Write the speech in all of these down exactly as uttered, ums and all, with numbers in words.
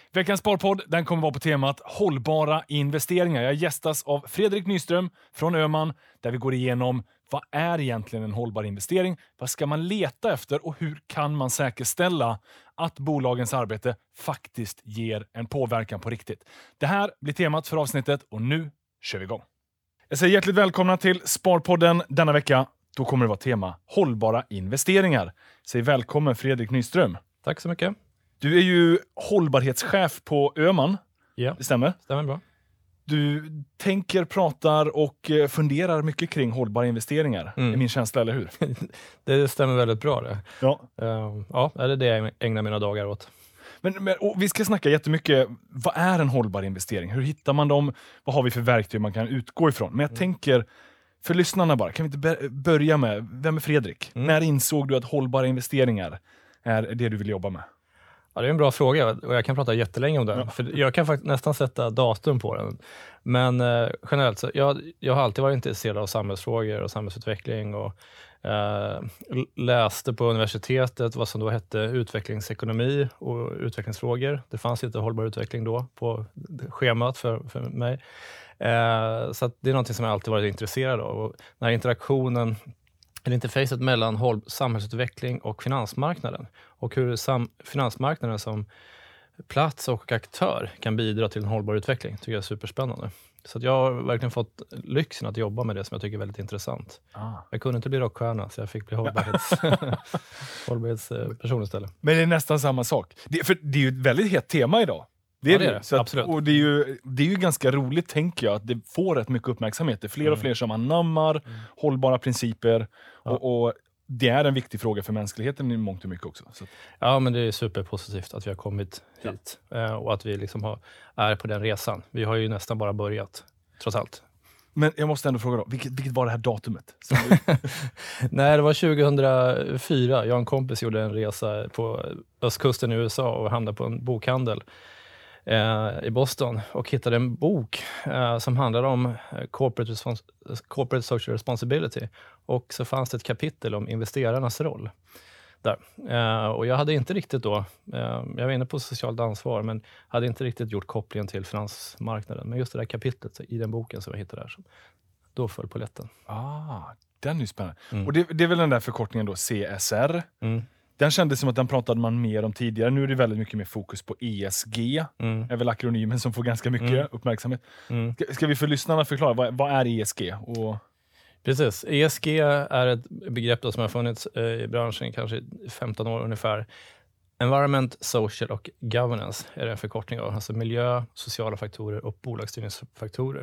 Veckans sparpodd den kommer vara på temat hållbara investeringar. Jag gästas av Fredrik Nyström från Öhman där vi går igenom vad är egentligen en hållbar investering, vad ska man leta efter och hur kan man säkerställa att bolagens arbete faktiskt ger en påverkan på riktigt. Det här blir temat för avsnittet och nu kör vi igång. Jag säger hjärtligt välkomna till Sparpodden denna vecka. Då kommer det vara tema hållbara investeringar. Säg välkommen Fredrik Nyström. Tack så mycket. Du är ju hållbarhetschef på Öhman. Ja, det stämmer. Stämmer bra. Du tänker, pratar och funderar mycket kring hållbara investeringar. Mm. är min känsla, eller hur? Det stämmer väldigt bra det. Ja. Uh, ja, det är det jag ägnar mina dagar åt. Men, men vi ska snacka jättemycket. Vad är en hållbar investering? Hur hittar man dem? Vad har vi för verktyg man kan utgå ifrån? Men jag mm. tänker, för lyssnarna bara, kan vi inte börja med, vem är Fredrik? Mm. När insåg du att hållbara investeringar är det du vill jobba med? Ja, det är en bra fråga och jag kan prata jättelänge om den. Ja. För jag kan faktiskt nästan sätta datum på den. Men eh, generellt så, jag, jag har alltid varit intresserad av samhällsfrågor och samhällsutveckling och eh, läste på universitetet vad som då hette utvecklingsekonomi och utvecklingsfrågor. Det fanns inte hållbar utveckling då på schemat för, för mig. Eh, så att det är någonting som jag alltid varit intresserad av. Och den här interaktionen, eller interfacet mellan håll, samhällsutveckling och finansmarknaden och hur sam, finansmarknaden som plats och aktör kan bidra till en hållbar utveckling tycker jag är superspännande. Så att jag har verkligen fått lyxen att jobba med det som jag tycker är väldigt intressant. Ah. Jag kunde inte bli rockstjärna så jag fick bli hållbarhets, hållbarhetsperson istället. Men det är nästan samma sak. Det, för det är ju ett väldigt hett tema idag. Det är, ja, det är det. det. Så att, absolut. Och det är, ju, det är ju ganska roligt, tänker jag, att det får rätt mycket uppmärksamhet. Det är fler mm. och fler som anammar mm. hållbara principer. Ja. Och, och det är en viktig fråga för mänskligheten i mångt och mycket också. Så. Ja, men det är superpositivt att vi har kommit hit. Ja. Och att vi liksom har, är på den resan. Vi har ju nästan bara börjat, trots allt. Men jag måste ändå fråga då, vilket, vilket var det här datumet? Nej, det var tjugohundrafyra. Jag och en kompis gjorde en resa på östkusten i U S A och hamnade på en bokhandel eh, i Boston och hittade en bok eh, som handlade om corporate, respons- corporate social responsibility. Och så fanns det ett kapitel om investerarnas roll där. Eh, och jag hade inte riktigt då, eh, jag var inne på socialt ansvar, men hade inte riktigt gjort kopplingen till finansmarknaden. Men just det där kapitlet i den boken som jag hittade där, så då föll polletten. Ah, den är ju spännande. Mm. Och det, det är väl den där förkortningen då, C S R. Mm. Den kändes som att den pratade man mer om tidigare. Nu är det väldigt mycket mer fokus på E S G. Mm. är väl akronymen som får ganska mycket mm. uppmärksamhet. Mm. Ska, ska vi för lyssnarna förklara, vad, vad är E S G? Och... Precis. E S G är ett begrepp då som har funnits eh, i branschen kanske femton år ungefär. Environment, social och governance är det en förkortning av. Alltså miljö, sociala faktorer och bolagsstyrningsfaktorer.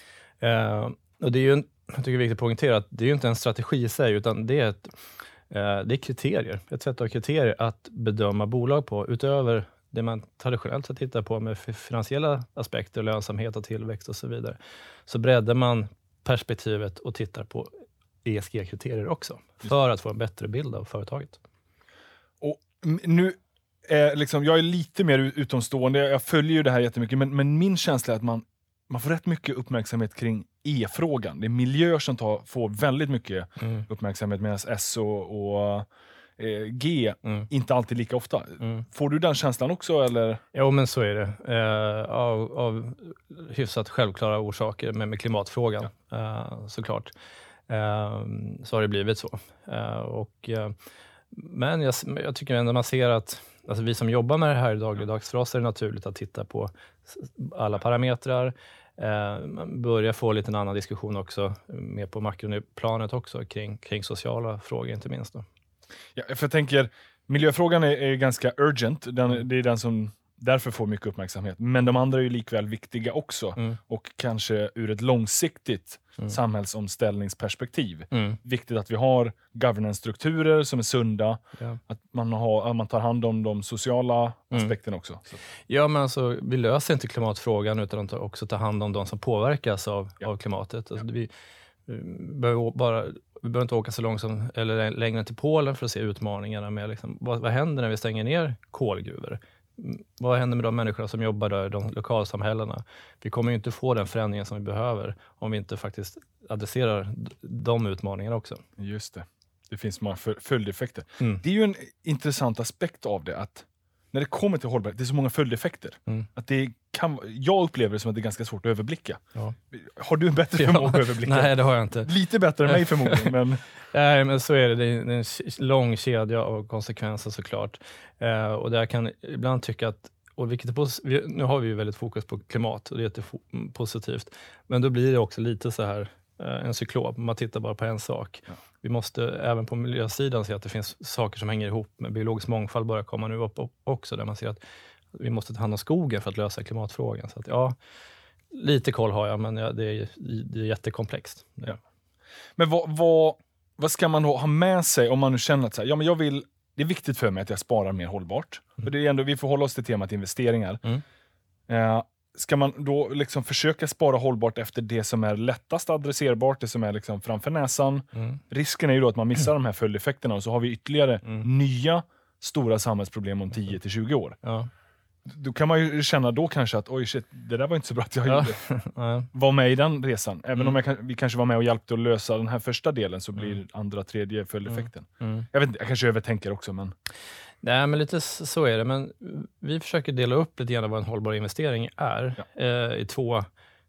Eh, och det är ju, en, jag tycker det är viktigt att poängtera att det är ju inte en strategi i sig, utan det är, ett, eh, det är kriterier. Ett sätt av kriterier att bedöma bolag på utöver det man traditionellt sett tittar på med finansiella aspekter, lönsamhet och tillväxt och så vidare. Så breddar man perspektivet och tittar på E S G-kriterier också för att få en bättre bild av företaget. Och nu är liksom, jag är lite mer utomstående, jag följer ju det här jättemycket, men, men min känsla är att man, man får rätt mycket uppmärksamhet kring E-frågan. Det är miljö som tar, får väldigt mycket mm. uppmärksamhet, medan S och, och eh, G mm. inte alltid lika ofta. Mm. Får du den känslan också? Eller? Jo, men så är det. Eh, av, av hyfsat självklara orsaker med, med klimatfrågan, ja. eh, såklart. Eh, så har det blivit så. Eh, och, eh, men jag, jag tycker ändå man ser att alltså vi som jobbar med det här dagligdags, för oss är det naturligt att titta på alla parametrar. Eh, man börjar få lite en annan diskussion också, mer på makroplanet också, kring, kring sociala frågor inte minst då. Ja, för jag tänker, miljöfrågan är, är ganska urgent. Den, det är den som därför får mycket uppmärksamhet. Men de andra är ju likväl viktiga också. Mm. Och kanske ur ett långsiktigt mm. samhällsomställningsperspektiv. Mm. Viktigt att vi har governance-strukturer som är sunda. Ja. Att, man har, att man tar hand om de sociala mm. aspekterna också. Så. Ja, men alltså, vi löser inte klimatfrågan utan att också ta hand om de som påverkas av, ja. av klimatet. Alltså, ja. vi, vi behöver bara... Vi behöver inte åka så långt som, eller längre till Polen för att se utmaningarna med liksom, vad, vad händer när vi stänger ner kolgruvor? Vad händer med de människorna som jobbar där i de lokalsamhällena? Vi kommer ju inte få den förändringen som vi behöver om vi inte faktiskt adresserar de utmaningarna också. Just det. Det finns många följdeffekter. Mm. Det är ju en intressant aspekt av det att när det kommer till hållbarhet, det är så många följdeffekter. Mm. Att det kan, jag upplever det som att det är ganska svårt att överblicka. Ja. Har du en bättre förmåga ja. att överblicka? Nej, det har jag inte. Lite bättre än mig förmodligen. Men... Nej, men så är det. Det är en lång kedja av konsekvenser såklart. Eh, och där kan ibland tycka att, och vilket är pos- nu har vi ju väldigt fokus på klimat och det är jättepositivt. Men då blir det också lite så här en cyklop. Man tittar bara på en sak. Ja. Vi måste även på miljösidan se att det finns saker som hänger ihop med biologisk mångfald börjar komma nu upp också, där man ser att vi måste ta hand om skogen för att lösa klimatfrågan. Så att, ja, lite koll har jag, men ja, det, är, det är jättekomplext. Ja. Men vad, vad, vad ska man då ha med sig om man nu känner att så här, ja, men jag vill, det är viktigt för mig att jag sparar mer hållbart. Mm. För det är ändå, vi får hålla oss till temat investeringar. Mm. Eh, Ska man då liksom försöka spara hållbart efter det som är lättast adresserbart, det som är liksom framför näsan? Mm. Risken är ju då att man missar mm. de här följdeffekterna och så har vi ytterligare mm. nya stora samhällsproblem om tio till tjugo år. Ja. Då kan man ju känna då kanske att oj shit, det där var inte så bra att jag ja. gjorde. Ja. Var med i den resan. Även mm. om jag kan, vi kanske var med och hjälpte att lösa den här första delen så blir mm. andra, tredje följdeffekten. Mm. Mm. Jag vet inte, jag kanske övertänker också, men... Nej, men lite så är det. Men vi försöker dela upp lite grann vad en hållbar investering är ja. eh, i två,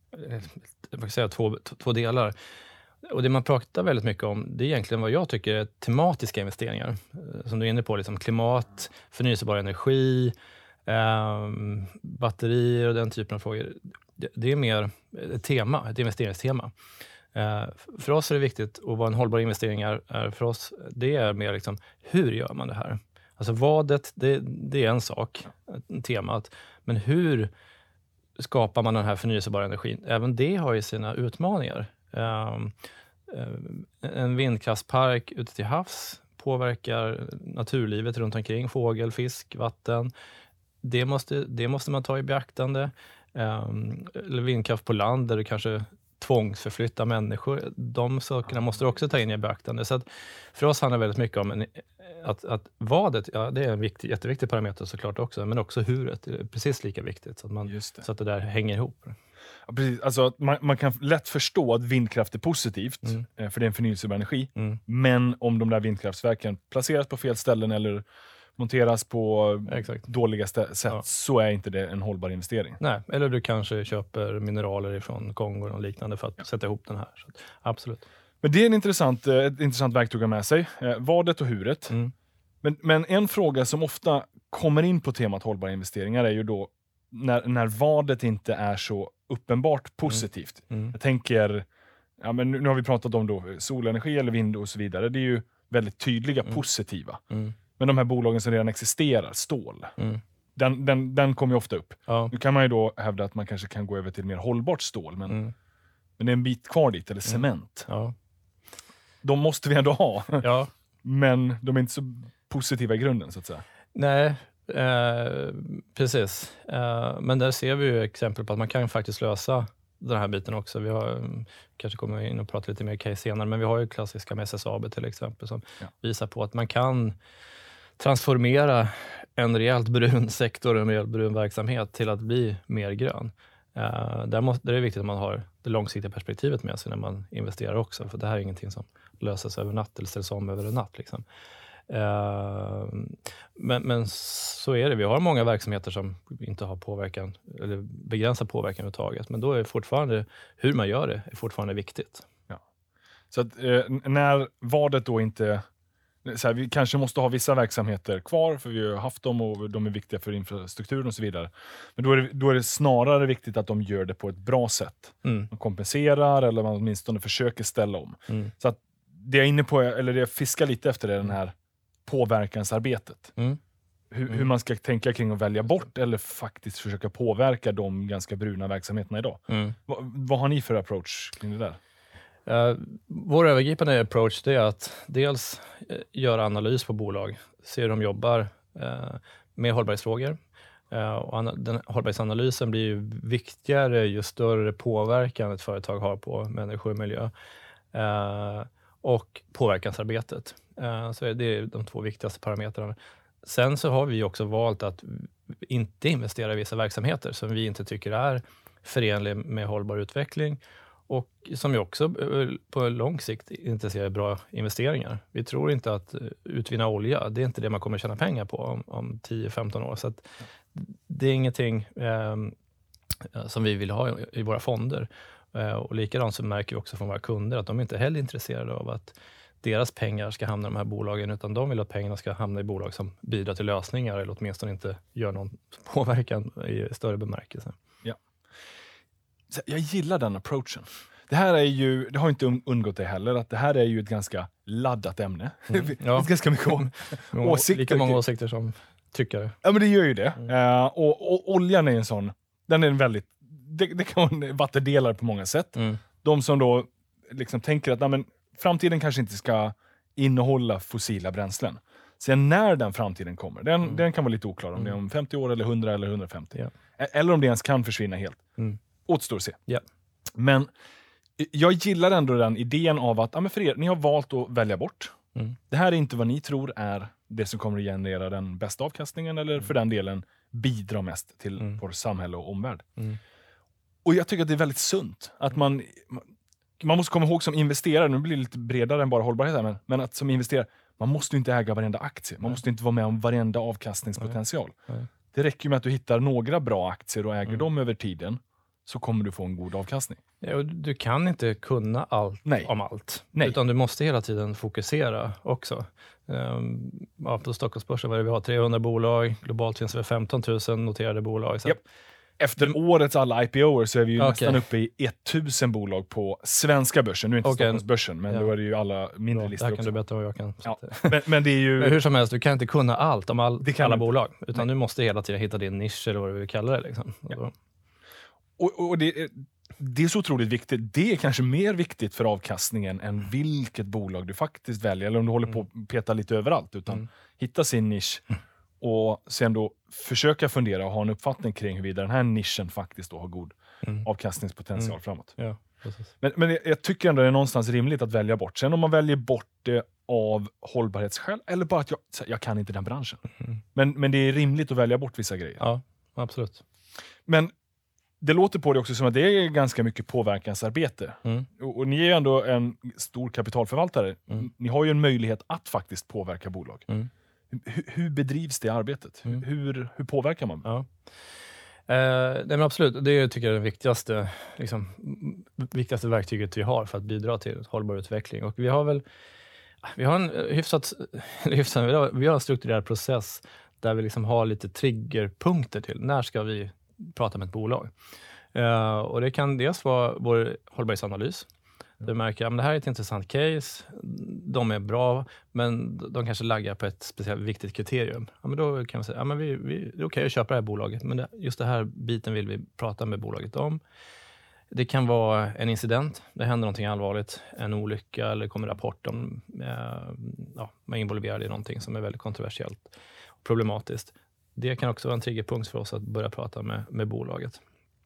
jag kan säga två, två delar. Och det man pratar väldigt mycket om, det är egentligen vad jag tycker är tematiska investeringar. Som du är inne på, liksom klimat, förnyelsebar energi, eh, batterier och den typen av frågor. Det, det är mer ett tema, ett investeringstema. Eh, för oss är det viktigt, och vad en hållbar investering är, är för oss, det är mer liksom, hur gör man det här? Alltså vadet, det, det är en sak, temat. Men hur skapar man den här förnyelsebara energin? Även det har ju sina utmaningar. Um, um, en vindkraftspark ute till havs påverkar naturlivet runt omkring, fågel, fisk, vatten. Det måste, det måste man ta i beaktande. Um, eller vindkraft på land där det kanske tvångsförflytta människor. De sakerna måste du också ta in i beaktande. Så att för oss handlar det väldigt mycket om en, att, att vadet, ja, det är en viktig, jätteviktig parameter såklart också, men också huret är precis lika viktigt, så att, man, så att det där hänger ihop. Ja, precis. Alltså, man, man kan lätt förstå att vindkraft är positivt, mm. för det är en förnyelsebar energi, mm. men om de där vindkraftsverken placeras på fel ställen eller monteras på Exakt. dåliga stä- sätt ja. så är inte det en hållbar investering. Nej, eller du kanske köper mineraler från Kongo och liknande för att ja. sätta ihop den här. Så, absolut. Men det är en intressant, ett intressant verktyg att ha med sig. Eh, vadet och huret. Mm. Men, men en fråga som ofta kommer in på temat hållbara investeringar är ju då när, när vadet inte är så uppenbart positivt. Mm. Mm. Jag tänker, ja, men nu, nu har vi pratat om då solenergi eller vind och så vidare. Det är ju väldigt tydliga mm. positiva. Mm. Men de här bolagen som redan existerar, stål, mm. den, den, den kommer ju ofta upp. Ja. Nu kan man ju då hävda att man kanske kan gå över till mer hållbart stål, men, mm. men det är en bit kvar dit, eller cement. Mm. Ja. De måste vi ändå ha, ja. men de är inte så positiva i grunden så att säga. Nej, eh, precis. Eh, men där ser vi ju exempel på att man kan faktiskt lösa den här biten också. Vi har, kanske kommer in och prata lite mer case senare, men vi har ju klassiska med S S A B till exempel som ja. visar på att man kan transformera en rejält brun sektor, en rejält brun verksamhet till att bli mer grön. Uh, där, måste, där är det viktigt att man har det långsiktiga perspektivet med sig när man investerar också, för det här är ingenting som löses över natt eller ställs om över en natt. Liksom. Uh, men, men så är det. Vi har många verksamheter som inte har påverkan eller begränsad påverkan överhuvudtaget, men då är fortfarande hur man gör det är fortfarande viktigt. Ja. Så att eh, när vadet då inte så här, vi kanske måste ha vissa verksamheter kvar för vi har haft dem och de är viktiga för infrastrukturen och så vidare. Men då är det, då är det snarare viktigt att de gör det på ett bra sätt. Mm. Man kompenserar eller man åtminstone försöker ställa om. Mm. Så att det jag är inne på, eller det jag fiskar lite efter, är den här påverkansarbetet. Mm. Hur, mm. hur man ska tänka kring att välja bort eller faktiskt försöka påverka de ganska bruna verksamheterna idag. Mm. Va, vad har ni för approach kring det där? Uh, vår övergripande approach det är att dels uh, göra analys på bolag, se hur de jobbar uh, med hållbarhetsfrågor. Uh, och an- den hållbarhetsanalysen blir ju viktigare ju större påverkan ett företag har på människor och miljö. Uh, och påverkansarbetet. Uh, så är det de två viktigaste parametrarna. Sen så har vi också valt att inte investera i vissa verksamheter som vi inte tycker är förenliga med hållbar utveckling. och som ju också på lång sikt inte ser bra investeringar. Vi tror inte att utvinna olja, det är inte det man kommer tjäna pengar på om, om tio femton år. Så att det är ingenting eh, som vi vill ha i, i våra fonder. Eh, och likadant så märker vi också från våra kunder att de inte heller är intresserade av att deras pengar ska hamna i de här bolagen, utan de vill att pengarna ska hamna i bolag som bidrar till lösningar eller åtminstone inte gör någon påverkan i större bemärkelse. Ja. Så jag gillar den approachen. Det här är ju, det har inte undgått det heller, att det här är ju ett ganska laddat ämne. Mm, ja. ganska mycket å- åsikter. Lika många åsikter som tyckare. Ja, men det gör ju det. Mm. Uh, och, och oljan är en sån, den är en väldigt, det, det kan vara vattendelare på många sätt. Mm. De som då liksom tänker att nej, men, framtiden kanske inte ska innehålla fossila bränslen. Sen när den framtiden kommer, den, Mm. den kan vara lite oklar om Mm. det är om femtio år eller hundra eller hundrafemtio. Ja. E- Eller om det ens kan försvinna helt. Mm. Återstår att se. Ja. Men jag gillar ändå den idén av att ja, men för er, ni har valt att välja bort. Mm. Det här är inte vad ni tror är det som kommer att generera den bästa avkastningen eller för den delen bidra mest till Mm. vår samhälle och omvärld. Mm. Och jag tycker att det är väldigt sunt att man man måste komma ihåg som investerare, nu blir det lite bredare än bara hållbarhet här, men, men att som investerare, man måste ju inte äga varenda aktie. Man Nej. måste inte vara med om varenda avkastningspotential. Nej. Nej. Det räcker med att du hittar några bra aktier och äger Mm. dem över tiden, så kommer du få en god avkastning. Ja, och du kan inte kunna allt Nej. om allt. Nej. Utan du måste hela tiden fokusera också. Um, ja, på Stockholmsbörsen var det vi har trehundra bolag, globalt finns det femton tusen noterade bolag. Så Japp. Efter årets alla I P O-er så är vi ju Okej. nästan uppe i tusen bolag på svenska börsen. Nu är inte Okej. Stockholmsbörsen, men Ja. då är det ju alla mindre bra, listor där kan också. du bättre än vad jag kan. Så Ja. att, Men, men det är ju... men hur som helst, du kan inte kunna allt om all, Det kan alla du inte. bolag. Utan Nej. du måste hela tiden hitta din nisch eller vad du vill kalla det. Liksom. Ja. Och då- Och, och det, är- det är så otroligt viktigt. Det är kanske mer viktigt för avkastningen än vilket bolag du faktiskt väljer. Eller om du håller på att peta lite överallt. Utan Mm. hitta sin nisch. Och sen då försöka fundera och ha en uppfattning kring huruvida den här nischen faktiskt då har god Mm. avkastningspotential Mm. framåt. Ja, precis. Men, men jag- jag tycker ändå det är någonstans rimligt att välja bort. Sen om man väljer bort det av hållbarhetsskäl eller bara att jag, så här, jag kan inte den branschen. Mm. Men, men det är rimligt att välja bort vissa grejer. Ja, absolut. Men det låter på det också som att det är ganska mycket påverkansarbete. Mm. Och, och ni är ju ändå en stor kapitalförvaltare. Mm. Ni har ju en möjlighet att faktiskt påverka bolag. Mm. Hur, hur bedrivs det arbetet? Mm. Hur, hur påverkar man? Ja. Eh, nej men absolut, det är, tycker jag är det viktigaste, liksom, m- viktigaste verktyget vi har för att bidra till hållbar utveckling. Och vi har väl vi har en hyfsat, eller hyfsat vi har, vi har en strukturerad process där vi liksom har lite triggerpunkter till när ska vi prata med ett bolag. Eh, och det kan dels vara vår hållbarhetsanalys. Du märker att det här är ett intressant case, de är bra, men de kanske laggar på ett speciellt viktigt kriterium. Ja, men då kan vi säga, ja, men vi, vi, det är okej att köpa det här bolaget, men det, just det här biten vill vi prata med bolaget om. Det kan vara en incident, det händer någonting allvarligt, en olycka eller kommer rapport om eh, ja, man är involverad i någonting som är väldigt kontroversiellt och problematiskt. Det kan också vara en triggerpunkt för oss att börja prata med, med bolaget.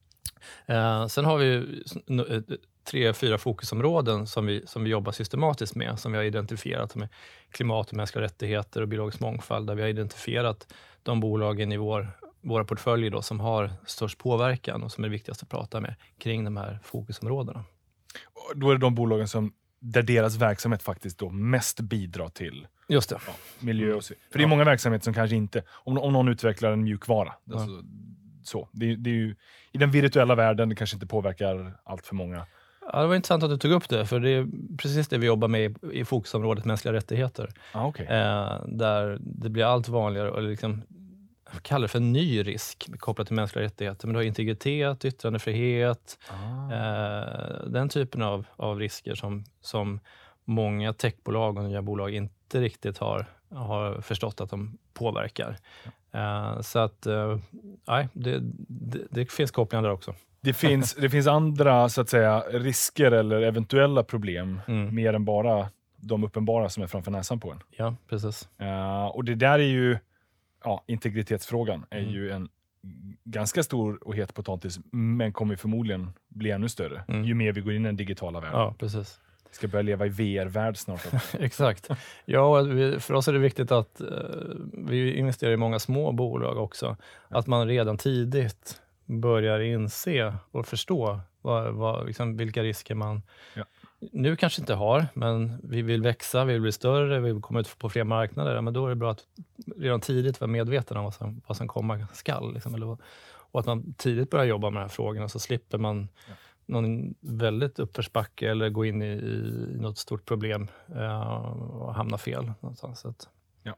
Eh, sen har vi tre, fyra fokusområden som vi, som vi jobbar systematiskt med, som vi har identifierat med klimat och mänskliga rättigheter och biologisk mångfald, där vi har identifierat de bolagen i vår, våra portföljer då, som har störst påverkan och som är viktigast att prata med kring de här fokusområdena. Och då är det de bolagen som, där deras verksamhet faktiskt då mest bidrar till Just det. ja, miljö och så. För det är Ja. många verksamheter som kanske inte, om, om någon utvecklar en mjukvara, Ja. alltså, så. Det, är- det är ju, i den virtuella världen, det kanske inte påverkar allt för många. Ja, det var intressant att du tog upp det, för det är precis det vi jobbar med i, i fokusområdet mänskliga rättigheter. Ah, okay. Eh, där det blir allt vanligare, och liksom, jag kallar det för en ny risk kopplat till mänskliga rättigheter. Men du har integritet, yttrandefrihet, ah. eh, den typen av, av risker som, som många techbolag och nya bolag inte riktigt har, har förstått att de påverkar. Eh, så att, eh, nej, det, det, det finns kopplingar där också. Det finns, det finns andra så att säga, risker eller eventuella problem, Mm. mer än bara de uppenbara som är framför näsan på en. Ja, precis. Uh, och det där är ju, ja, integritetsfrågan är Mm. ju en ganska stor och het potatis, men kommer förmodligen bli ännu större Mm. ju mer vi går in i den digitala världen. Ja, precis. Vi ska börja leva i V R-värld snart. Exakt. Ja, och vi, för oss är det viktigt att uh, vi investerar i många små bolag också. Att man redan tidigt börjar inse och förstå Vad, vad, liksom, vilka risker man ja. nu kanske inte har, men vi vill växa, vi vill bli större, vi vill komma ut på fler marknader. Men då är det bra att redan tidigt vara medveten om vad som, vad som komma skall. Liksom, eller, och att man tidigt börjar jobba med de här frågorna, så slipper man ja. någon väldigt uppförsbacke eller gå in i, i något stort problem uh, och hamna fel någonstans. Så att, ja.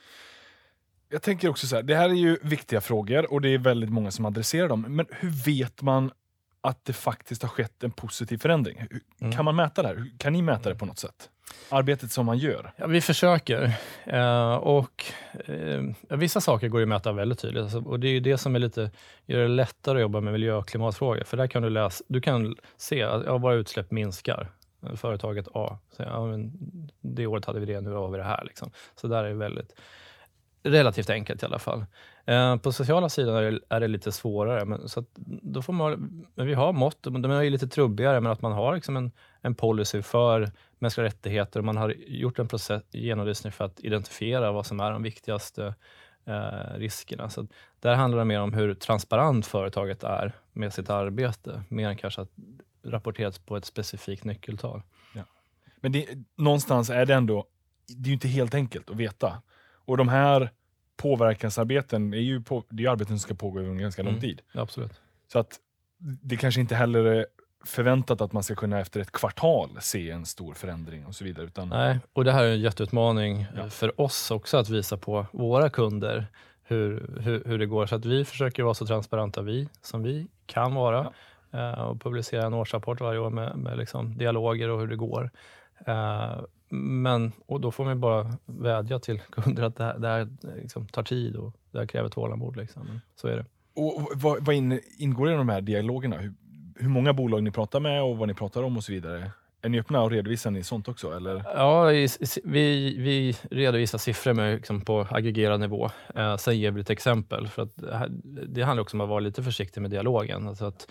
Jag tänker också så här, det här är ju viktiga frågor och det är väldigt många som adresserar dem. Men hur vet man att det faktiskt har skett en positiv förändring? Mm. Kan man mäta det här? Kan ni mäta det på något sätt? Arbetet som man gör? Ja, vi försöker. Uh, och uh, vissa saker går ju att mäta väldigt tydligt. Alltså, och det är ju det som är lite, gör det lättare att jobba med miljö- och klimatfrågor. För där kan du läsa, du kan se att ja, våra utsläpp minskar. Företaget A. Så, ja, men det året hade vi det, nu har vi det här. Liksom. Så där är det väldigt relativt enkelt i alla fall. Eh, på sociala sidan är det, är det lite svårare. Men, så att, då får man, men vi har mått, de är ju lite trubbigare, men att man har liksom en, en policy för mänskliga rättigheter och man har gjort en process, genomlysning för att identifiera vad som är de viktigaste eh, riskerna. Så att, där handlar det mer om hur transparent företaget är med sitt arbete, mer än kanske att rapporteras på ett specifikt nyckeltal. Ja. Men det, någonstans är det ändå, det är ju inte helt enkelt att veta. Och de här påverkansarbeten är ju på, det är arbeten som ska pågå under ganska lång mm, tid. Absolut. Så att det kanske inte heller är förväntat att man ska kunna efter ett kvartal se en stor förändring och så vidare. Utan... Nej, och det här är en jätteutmaning ja. för oss också att visa på våra kunder hur, hur, hur det går. Så att vi försöker vara så transparenta vi som vi kan vara ja. uh, och publicera en årsrapport varje år med, med liksom dialoger och hur det går. Uh, Men, och då får man bara vädja till kunder att det här, det här liksom tar tid och det här kräver tålamod. Liksom. Så är det. Och vad, vad in, ingår i de här dialogerna? Hur, hur många bolag ni pratar med och vad ni pratar om och så vidare? Är ni öppna och redovisar ni sånt också? Eller? Ja, vi, vi redovisar siffror med, liksom, på aggregerad nivå. Eh, sen ger vi ett exempel. För att det, här, det handlar också om att vara lite försiktig med dialogen. Alltså att,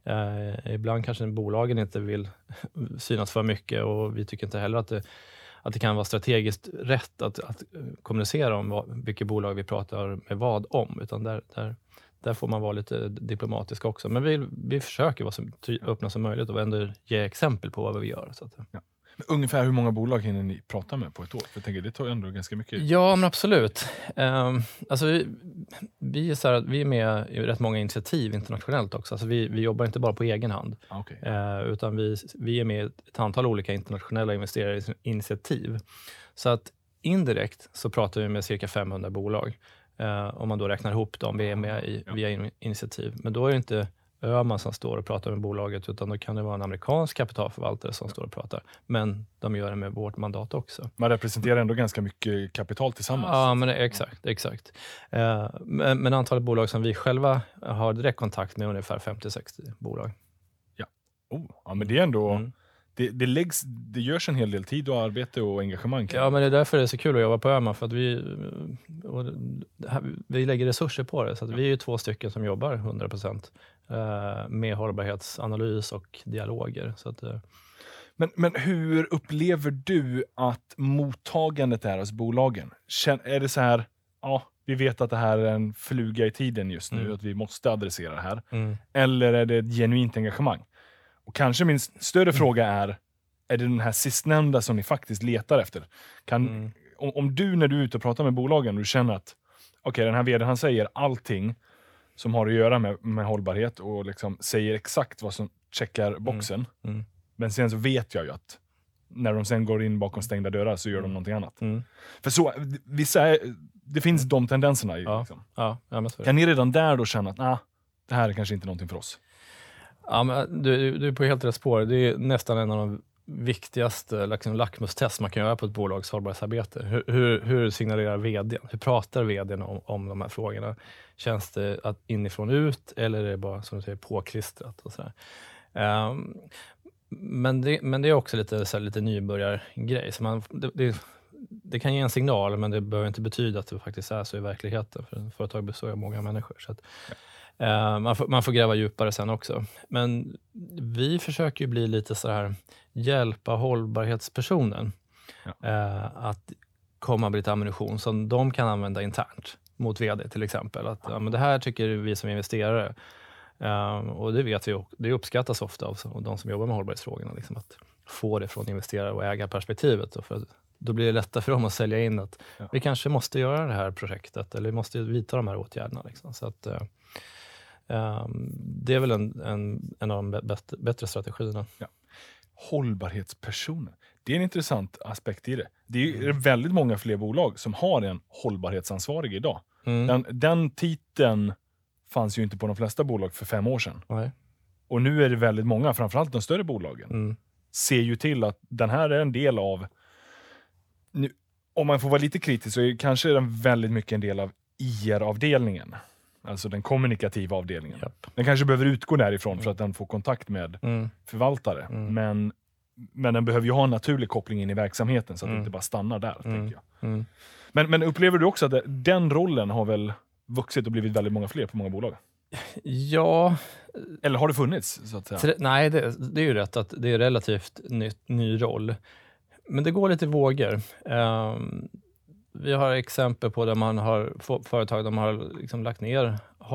eh, ibland kanske bolagen inte vill synas för mycket och vi tycker inte heller att det, att det kan vara strategiskt rätt att, att kommunicera om vad, vilka bolag vi pratar med vad om. Utan där, där, där får man vara lite diplomatisk också. Men vi, vi försöker vara så ty- öppna som möjligt och ändå ge exempel på vad vi gör. Så att, ja. Ungefär hur många bolag hinner ni prata med på ett år? För jag tänker, det tar ju ändå ganska mycket. Ja, men absolut. Um, alltså vi, vi, är så här, vi är med i rätt många initiativ internationellt också. Alltså vi, vi jobbar inte bara på egen hand. Okay. Uh, utan vi, vi är med i ett antal olika internationella investeringinitiativ. Så att indirekt så pratar vi med cirka femhundra bolag. Uh, om man då räknar ihop dem vi är med i, ja. via initiativ. Men då är det inte Öhman som står och pratar med bolaget, utan då kan det vara en amerikansk kapitalförvaltare som ja. står och pratar. Men de gör det med vårt mandat också. Man representerar ändå ganska mycket kapital tillsammans. Ja, men det, exakt. exakt. Uh, men, men antalet bolag som vi själva har direkt kontakt med är ungefär femtio till sextio bolag. Ja, oh, ja men det är ändå... Mm. Det, det, läggs, det görs en hel del tid och arbete och engagemang. Ja, men det är därför det är så kul att jobba på Öhman, för att vi, och här, vi lägger resurser på det. Så att ja. vi är ju två stycken som jobbar hundra procent eh, med hållbarhetsanalys och dialoger. Så att, eh. men, men hur upplever du att mottagandet är hos bolagen? Känn, är det så här, ja, vi vet att det här är en fluga i tiden just nu, mm. att vi måste adressera det här. Mm. Eller är det ett genuint engagemang? Och kanske min större mm. fråga är, är det den här sistnämnda som ni faktiskt letar efter? Kan, mm. om, om du när du är ute och pratar med bolagen, du känner att okej, okay, den här vd han säger allting som har att göra med, med hållbarhet och liksom säger exakt vad som checkar boxen. Mm. Mm. Men sen så vet jag ju att när de sen går in bakom stängda dörrar så gör de någonting annat. Mm. För så, vissa är, det finns de tendenserna. I, ja. Liksom. Ja, ja, kan ni redan där då känna att nah, det här är kanske inte någonting för oss? Ja, men du, du är på helt rätt spår. Det är nästan en av de viktigaste liksom, lackmustest man kan göra på ett bolags hållbarhetsarbete. Hur, hur, hur signalerar vdn? Hur pratar vdn om, om de här frågorna? Känns det att inifrån ut eller är det bara som du säger påklistrat? Och sådär? Um, men, det, men det är också lite, så här, lite nybörjargrej. Så man, det, det, det kan ge en signal, men det behöver inte betyda att det faktiskt är så i verkligheten. För företag består av många människor. Så att, ja. Uh, man, får, man får gräva djupare sen också. Men vi försöker ju bli lite så här hjälpa hållbarhetspersonen ja. uh, att komma med lite ammunition som de kan använda internt mot vd till exempel. Att ja, men det här tycker vi som investerare Um, och det vet vi, och det uppskattas ofta av, av de som jobbar med hållbarhetsfrågorna, liksom, att få det från investerare och ägarperspektivet. Och för att, då blir det lättare för dem att sälja in att ja. vi kanske måste göra det här projektet, eller vi måste vidta de här åtgärderna. Liksom. Så att, uh, um, det är väl en, en, en av de bättre, bättre strategierna. Ja. Hållbarhetspersoner. Det är en intressant aspekt i det. Det är ju väldigt många fler bolag som har en hållbarhetsansvarig idag. Mm. Den, den titeln fanns ju inte på de flesta bolag för fem år sedan. Nej. Och nu är det väldigt många, framförallt de större bolagen, mm. ser ju till att den här är en del av, nu, om man får vara lite kritisk, så är kanske den väldigt mycket en del av I R-avdelningen. Alltså den kommunikativa avdelningen. Yep. Den kanske behöver utgå därifrån mm. för att den får kontakt med mm. förvaltare. Mm. Men, men den behöver ju ha en naturlig koppling in i verksamheten så att mm. det inte bara stannar där, mm. tänker jag. Mm. Men, men upplever du också att det, den rollen har väl vuxit och blivit väldigt många fler på många bolag? Ja. Eller har det funnits, så att säga? Det, nej, det, det är ju rätt att det är relativt ny, ny roll. Men det går lite vågor. Um, vi har exempel på där man har företag där man har liksom lagt ner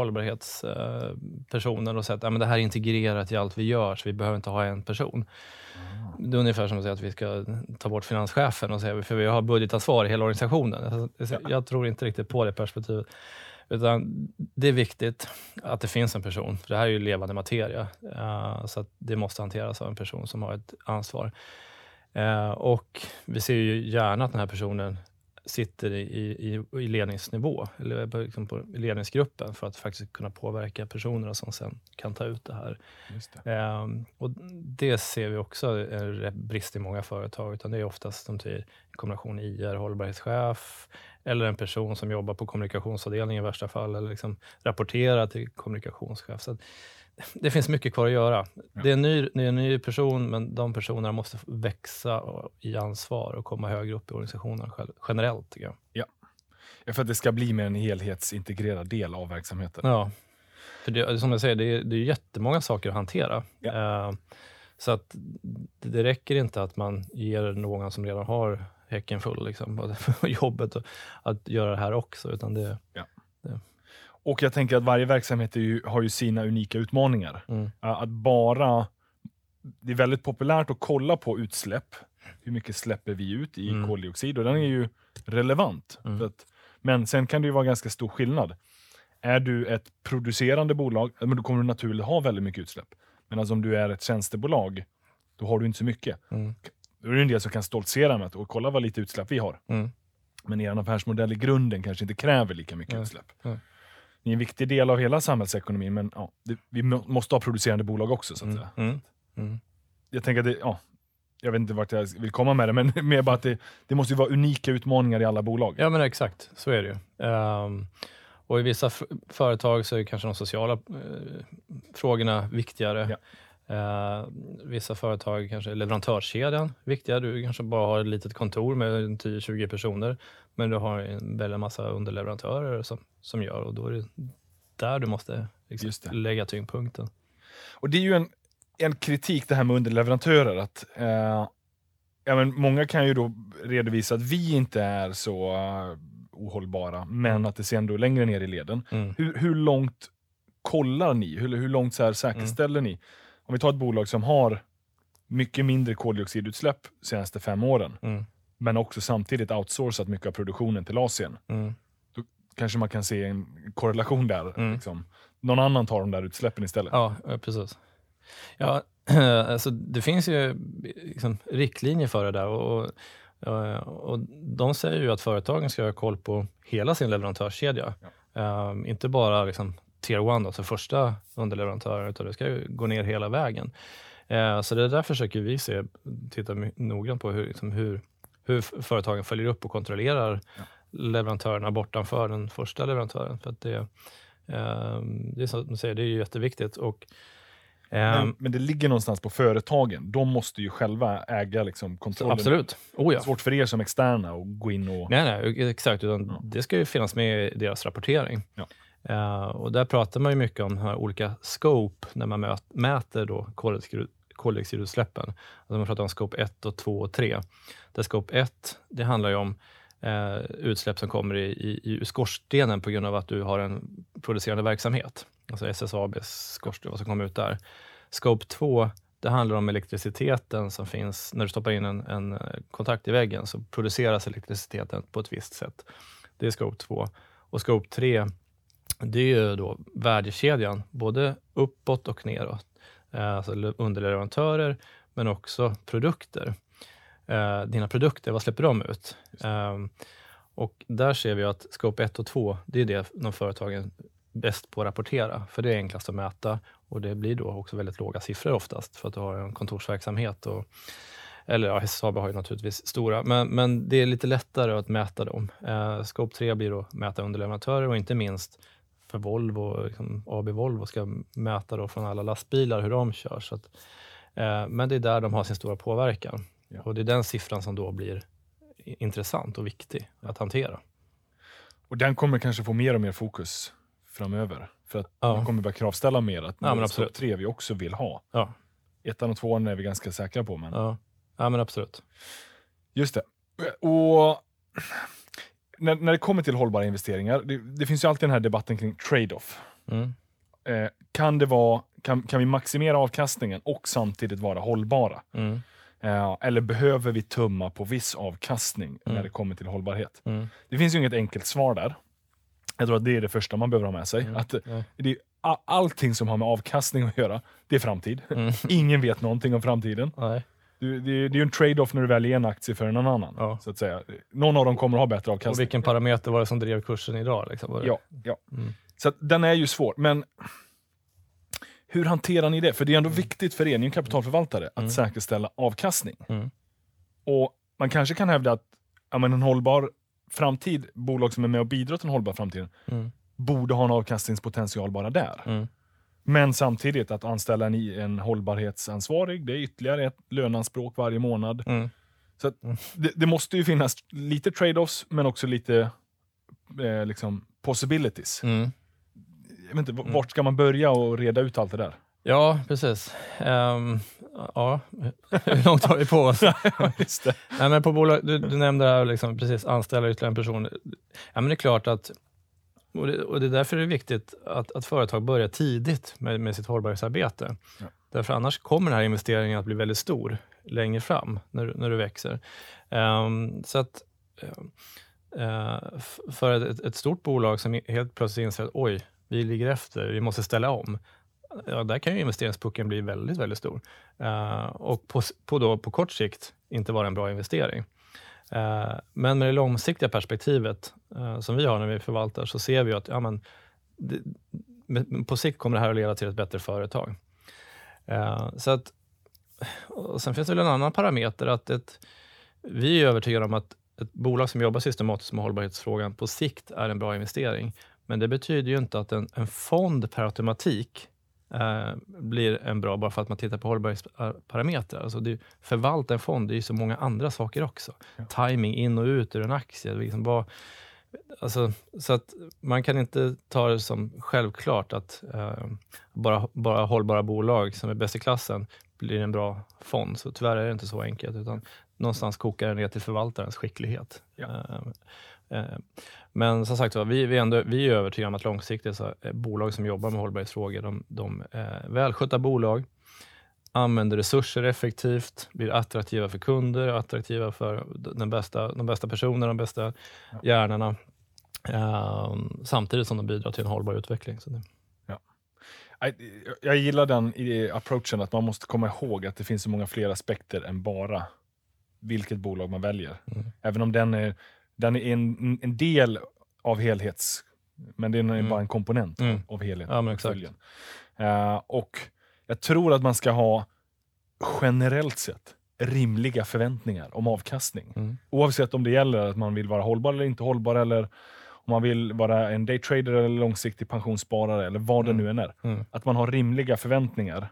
hållbarhetspersoner uh, och sagt att ja, det här är integrerat i allt vi gör, så vi behöver inte ha en person. Mm. Det är ungefär som att säga att vi ska ta bort finanschefen och säga, för vi har budgetansvar i hela organisationen. Jag, jag tror inte riktigt på det perspektivet. Utan det är viktigt att det finns en person, för det här är ju levande materia. Uh, så att det måste hanteras av en person som har ett ansvar. Uh, och vi ser ju gärna att den här personen sitter i, i, i ledningsnivå, eller liksom på ledningsgruppen, för att faktiskt kunna påverka personerna som sen kan ta ut det här. Just det. Uh, och det ser vi också är brist i många företag, utan det är oftast som till kombination I R, hållbarhetschef, eller en person som jobbar på kommunikationsavdelningen i värsta fall, eller liksom rapporterar till kommunikationschef. Så att det finns mycket kvar att göra. Ja. Det är en ny, det är en ny person, men de personerna måste växa i ansvar och komma högre upp i organisationen generellt, tycker jag. Ja. Ja, för att det ska bli med en helhetsintegrerad del av verksamheten. Ja, för det, som jag säger, det är, det är jättemånga saker att hantera. Ja. Uh, så att det, det räcker inte att man ger någon som redan har häcken full liksom, och jobbet och att göra det här också, utan det, ja. det. Och jag tänker att varje verksamhet är ju, har ju sina unika utmaningar. Mm. Att bara, det är väldigt populärt att kolla på utsläpp. Hur mycket släpper vi ut i mm. koldioxid? Och den är ju relevant. Mm. För att, men sen kan det ju vara ganska stor skillnad. Är du ett producerande bolag, men då kommer du naturligt ha väldigt mycket utsläpp. Men alltså om du är ett tjänstebolag, då har du inte så mycket. Mm. Då är det en del som kan stoltsera med att och kolla vad lite utsläpp vi har. Mm. Men er affärsmodell i grunden kanske inte kräver lika mycket mm. utsläpp. Mm. Ni är en viktig del av hela samhällsekonomin, men ja, det, vi måste ha producerande bolag också, så att säga. Mm. Mm. Jag tänker att det, ja, jag vet inte vart jag vill komma med det, men mer bara att det, det måste ju vara unika utmaningar i alla bolag. Ja, men exakt. Så är det ju. Um, och i vissa f- företag så är kanske de sociala uh, frågorna viktigare. Ja. Uh, vissa företag kanske är leverantörskedjan viktiga. Du kanske bara har ett litet kontor med tio till tjugo personer, men du har en väldigt massa underleverantörer som, som gör, och då är det där du måste liksom lägga tyngdpunkten. Och det är ju en, en kritik det här med underleverantörer, att uh, ja, men många kan ju då redovisa att vi inte är så uh, ohållbara, men mm. att det ser ändå längre ner i leden. Mm. Hur, hur långt kollar ni? Hur, hur långt så här säkerställer mm. ni? Om vi tar ett bolag som har mycket mindre koldioxidutsläpp de senaste fem åren, mm. men också samtidigt outsourcat mycket av produktionen till Asien, mm. då kanske man kan se en korrelation där. Mm. Liksom. Någon annan tar de där utsläppen istället. Ja, precis. Ja, alltså, det finns ju liksom riktlinjer för det där, och, och, och de säger ju att företagen ska ha koll på hela sin leverantörskedja. Ja. Um, inte bara liksom tier one, alltså första underleverantören, utan det ska ju gå ner hela vägen. Eh, så det där försöker vi se, titta noggrant på hur, liksom hur, hur företagen följer upp och kontrollerar ja. leverantörerna bortanför den första leverantören. För att det, eh, det är som du säger, det är ju jätteviktigt. Och, eh, men, men det ligger någonstans på företagen. De måste ju själva äga liksom kontrollen. Absolut. Oh, ja. Svårt för er som externa att gå in och... Nej, nej, exakt. Utan ja. Det ska ju finnas med i deras rapportering. Ja. Uh, och där pratar man ju mycket om här olika scope när man möt, mäter då koldioxid, koldioxidutsläppen. Alltså man pratar om scope ett och två och tre. Där scope ett, det handlar ju om uh, utsläpp som kommer i, i, i skorstenen på grund av att du har en producerande verksamhet. alltså S S A B:s skorsten, vad som kommer ut där. Scope två, det handlar om elektriciteten som finns när du stoppar in en, en kontakt i väggen, så produceras elektriciteten på ett visst sätt. Det är Scope två. Och Scope tre, det är ju då värdekedjan, både uppåt och neråt. Alltså underleverantörer, men också produkter. Eh, dina produkter, vad släpper de ut? Eh, och där ser vi att Scope ett och två, det är det de företagen bäst på att rapportera. För det är enklast att mäta och det blir då också väldigt låga siffror oftast för att du har en kontorsverksamhet. Och, eller ja, S S A B har ju naturligtvis stora, men, men det är lite lättare att mäta dem. Eh, Scope tre blir då mäta underleverantörer och inte minst för Volvo, liksom A B Volvo ska mäta då från alla lastbilar hur de kör. Så att, eh, men det är där de har sin stora påverkan. Ja. Och det är den siffran som då blir intressant och viktig att hantera. Och den kommer kanske få mer och mer fokus framöver. För att ja. man kommer börja kravställa mer att ja, men Scope tre vi också vill ha. Ja. Ettan och tvåan är vi ganska säkra på. Men... Ja. ja, men absolut. Just det. Och när, när det kommer till hållbara investeringar, det, det finns ju alltid den här debatten kring trade-off. Mm. Eh, kan det vara, kan, kan vi maximera avkastningen och samtidigt vara hållbara? Mm. Eh, eller behöver vi tumma på viss avkastning mm. när det kommer till hållbarhet? Mm. Det finns ju inget enkelt svar där. Jag tror att det är det första man behöver ha med sig. Mm. Att mm. det är all, allting som har med avkastning att göra, det är framtid. Mm. Ingen vet någonting om framtiden. Nej. Det, det, det är ju en trade-off när du väljer en aktie för en annan. Ja. Så att säga. Någon av dem kommer att ha bättre avkastning. Och vilken parameter var det som drev kursen idag? Liksom? Var det? Ja, ja. Mm. Så att den är ju svår. Men hur hanterar ni det? För det är ändå mm. viktigt för er, ni är en kapitalförvaltare, att mm. säkerställa avkastning. Mm. Och man kanske kan hävda att ja, men en hållbar framtid, bolag som är med och bidrar till en hållbar framtid, mm. borde ha en avkastningspotential bara där. Mm. Men samtidigt att anställa en, en hållbarhetsansvarig, det är ytterligare ett lönanspråk varje månad. Mm. Så att mm. det, det måste ju finnas lite trade-offs, men också lite eh, liksom possibilities. Mm. Jag vet inte, mm. vart ska man börja och reda ut allt det där? Ja, precis. Um, ja, hur långt har vi på oss? Just det. Nej, men på bolag, du, du nämnde här liksom, precis anställa ytterligare en person. Ja, men det är klart att, och det, och det är därför det är viktigt att, att företag börjar tidigt med, med sitt hållbarhetsarbete. Ja. Därför annars kommer den här investeringen att bli väldigt stor längre fram när, när du växer. Um, så att uh, för ett, ett stort bolag som helt plötsligt inser att oj, vi ligger efter, vi måste ställa om. Ja, där kan ju investeringspucken bli väldigt, väldigt stor. Uh, och på, på, då, på kort sikt inte vara en bra investering. Uh, men med det långsiktiga perspektivet uh, som vi har när vi förvaltar, så ser vi att ja, men, det, med, på sikt kommer det här att leda till ett bättre företag. Uh, så att, och sen finns det väl en annan parameter att ett, vi är övertygade om att ett bolag som jobbar systematiskt med hållbarhetsfrågan på sikt är en bra investering. Men det betyder ju inte att en, en fond per automatik eh, blir en bra bara för att man tittar på hållbarhetsparametrar. Alltså det, förvalta en fond, det är ju så många andra saker också. Ja. Timing in och ut ur en aktie. Liksom bara, alltså, så att man kan inte ta det som självklart att eh, bara, bara hållbara bolag som är bäst i klassen blir en bra fond. Så tyvärr är det inte så enkelt, utan någonstans kokar det ner till förvaltarens skicklighet. Ja. Eh, eh, men som sagt, vi, vi, ändå, vi är övertygade om att långsiktigt så är bolag som jobbar med hållbarhetsfrågor, de, de är välskötta bolag, använder resurser effektivt, blir attraktiva för kunder, attraktiva för den bästa, de bästa personerna, de bästa ja. hjärnorna, eh, samtidigt som de bidrar till en hållbar utveckling. Så det. Ja. Jag, jag gillar den i approachen att man måste komma ihåg att det finns så många fler aspekter än bara vilket bolag man väljer. Mm. Även om den är, den är en, en del av helhets, men den är mm. bara en komponent mm. av helheten. Ja, men exakt. Uh, och jag tror att man ska ha generellt sett rimliga förväntningar om avkastning. Mm. Oavsett om det gäller att man vill vara hållbar eller inte hållbar, eller om man vill vara en daytrader eller långsiktig pensionssparare eller vad mm. det nu än är. Mm. Att man har rimliga förväntningar.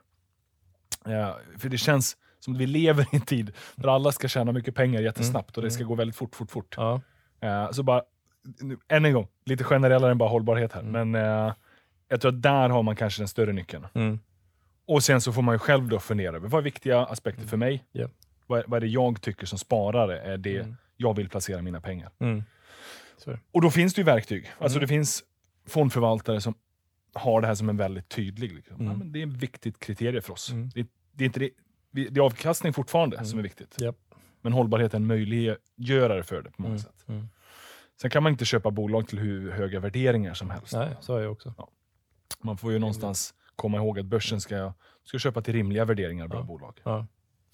Uh, för det känns som att vi lever i en tid där alla ska tjäna mycket pengar jättesnabbt mm. och det ska gå väldigt fort, fort, fort. Ja. Uh, så bara, nu, än en gång, lite generellare än bara hållbarhet här. Mm. Men uh, jag tror att där har man kanske den större nyckeln. Mm. Och sen så får man ju själv då fundera över vad är viktiga aspekter mm. för mig? Yeah. Vad, vad är det jag tycker som sparare är det mm. jag vill placera mina pengar? Mm. Och då finns det ju verktyg. Alltså mm. det finns fondförvaltare som har det här som en väldigt tydlig. Liksom. Mm. Ja, men det är ett viktigt kriterie för oss. Mm. Det, det, är inte det, det är avkastning fortfarande Mm. som är viktigt. Yep. Men hållbarhet är en möjliggörare för det på många Mm. sätt. Mm. Sen kan man inte köpa bolag till hur höga värderingar som helst. Nej, så är jag också. Ja. Man får ju någonstans komma ihåg att börsen ska, ska köpa till rimliga värderingar av bra Ja. bolag. Ja.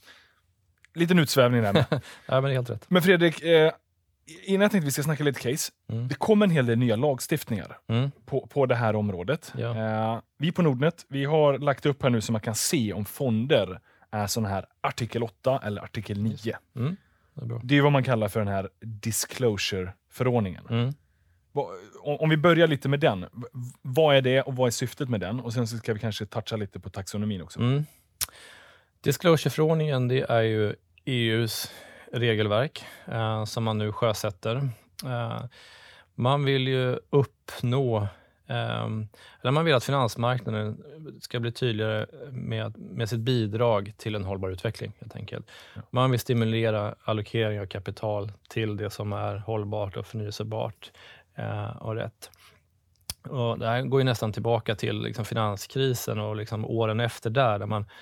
Liten utsvävning där. Med. Ja, men det är helt rätt. Men Fredrik, eh, innan jag tänkte vi ska snacka lite case. Mm. Det kommer en hel del nya lagstiftningar Mm. på, på det här området. Ja. Eh, vi på Nordnet, vi har lagt upp här nu så man kan se om fonder är sån här artikel åtta eller artikel nio. Mm. Det är bra. Det är vad man kallar för den här disclosure-förordningen. Mm. Va- Om, om vi börjar lite med den. v- Vad är det och vad är syftet med den? Och sen så ska vi kanske toucha lite på taxonomin också. Mm. Disclosure-förordningen, det är ju E U:s regelverk eh, som man nu sjösätter. Eh, man vill ju uppnå, eh, eller man vill att finansmarknaden ska bli tydligare med, med sitt bidrag till en hållbar utveckling helt enkelt. Ja. Man vill stimulera allokering av kapital till det som är hållbart och förnyelsebart eh, och rätt. Och det här går ju nästan tillbaka till liksom finanskrisen och liksom åren efter där, där man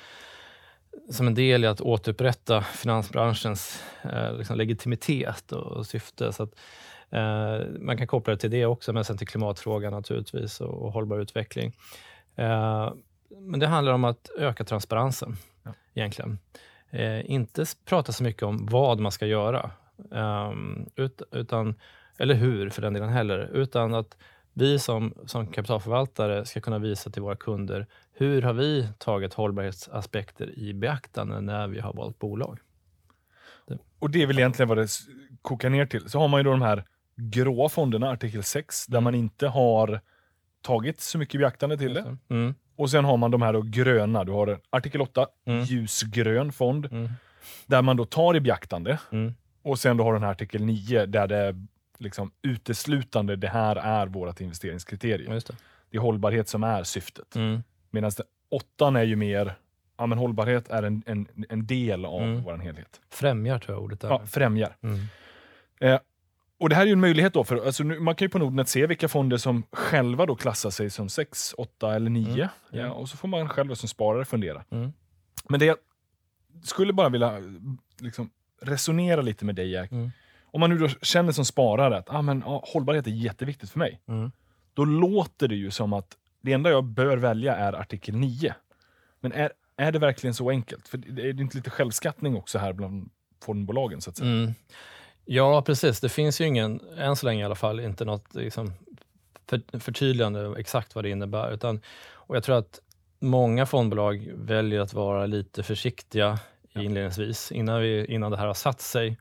som en del i att återupprätta finansbranschens eh, liksom legitimitet och, och syfte. Så att, eh, man kan koppla det till det också, men sen till klimatfrågan naturligtvis och, och hållbar utveckling. Eh, men det handlar om att öka transparensen Ja. egentligen. Eh, inte s- prata så mycket om vad man ska göra, eh, ut, utan, eller hur för den delen heller, utan att vi som, som kapitalförvaltare ska kunna visa till våra kunder hur har vi tagit hållbarhetsaspekter i beaktande när vi har valt bolag. Och det är väl egentligen vad det s- kokar ner till. Så har man ju då de här gråa fonderna, artikel sex, där man inte har tagit så mycket beaktande till det. Mm, Och sen har man de här då gröna. Du har artikel åtta, Mm. ljusgrön fond, mm, där man då tar i beaktande. mm, Och sen då har den här artikel nio, där det är liksom uteslutande, det här är vårt investeringskriterium. just det. Det är hållbarhet som är syftet. Mm, Medan det- åttan är ju mer, ja men hållbarhet är en, en, en del av Mm. vår helhet. främjar tror jag ordet är. Ja, främjar. Mm, Eh, och det här är ju en möjlighet då, för alltså, nu, man kan ju på Nordnet se vilka fonder som själva då klassar sig som sex, åtta eller nio. Mm, ja. Ja, och så får man själv som sparare fundera. mm, Men det jag skulle bara vilja liksom, resonera lite med dig, Jack. mm, Om man nu då känner som sparare att ah, men, ah, hållbarhet är jätteviktigt för mig. mm. Då låter det ju som att det enda jag bör välja är artikel nio. Men är, är det verkligen så enkelt? För det är det inte lite självskattning också här bland fondbolagen så att säga? Mm. Ja, precis. Det finns ju ingen, än så länge i alla fall, inte något liksom, för, förtydligande exakt vad det innebär. Utan, och jag tror att många fondbolag väljer att vara lite försiktiga Ja. inledningsvis, innan, vi, innan det här har satt sig.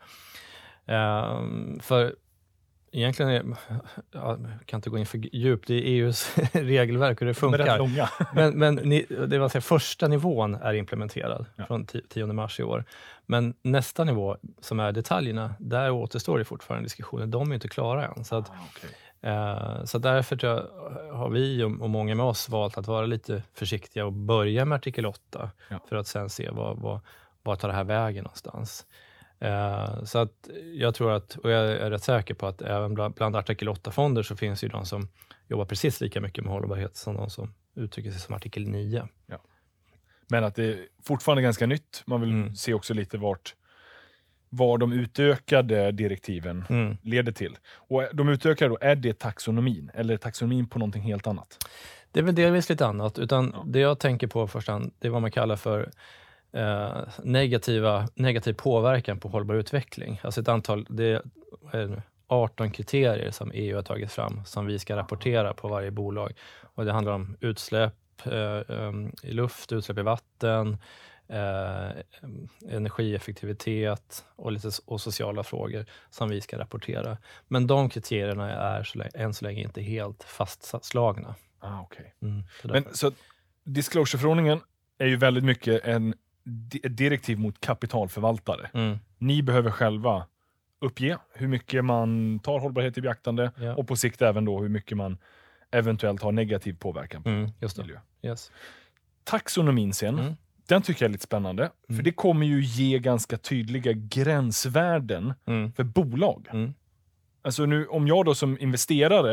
Ehm, för egentligen, är, ja, jag kan inte gå in för djupt i E U:s regelverk hur det De är rätt funkar. långa. Men, men ni, det var säga, första nivån är implementerad Ja. från tionde mars i år. Men nästa nivå, som är detaljerna, där återstår det fortfarande diskussioner. De är inte klara än. Så, att, Ah, okej. eh, så därför tror jag, har vi och, och många med oss valt att vara lite försiktiga och börja med artikel åtta Ja. för att sen se vad, vad, vad tar det här vägen någonstans. Eh, så att jag tror att, och jag är rätt säker på att även bland, bland artikel åtta-fonder så finns ju de som jobbar precis lika mycket med hållbarhet som de som uttrycker sig som artikel nio. Men att det är fortfarande ganska nytt. Man vill Mm. se också lite vart vad de utökade direktiven Mm. leder till. Och de utökade då, är det taxonomin? Eller är taxonomin på någonting helt annat? Det är väl delvis lite annat, utan Ja. det jag tänker på först hand, det är vad man kallar för eh, negativa, negativ påverkan på hållbar utveckling. Alltså ett antal, det är arton kriterier som E U har tagit fram som vi ska rapportera på varje bolag. Och det handlar om utsläpp eh, um, i luft, utsläpp i vatten, eh, energieffektivitet och, lite, och sociala frågor som vi ska rapportera. Men de kriterierna är så länge, än så länge inte helt fastslagna. Ah, okay. Mm, så Men därför- så disclosure-förordningen är ju väldigt mycket en di- ett direktiv mot kapitalförvaltare. mm, Ni behöver själva uppge hur mycket man tar hållbarhet i beaktande ja. och på sikt även då hur mycket man eventuellt har negativ påverkan på Mm, just det. miljö. Yes. Taxonomin sen, Mm. den tycker jag är lite spännande. För Mm. det kommer ju ge ganska tydliga gränsvärden Mm. för bolag. Mm. Alltså nu, om jag då som investerare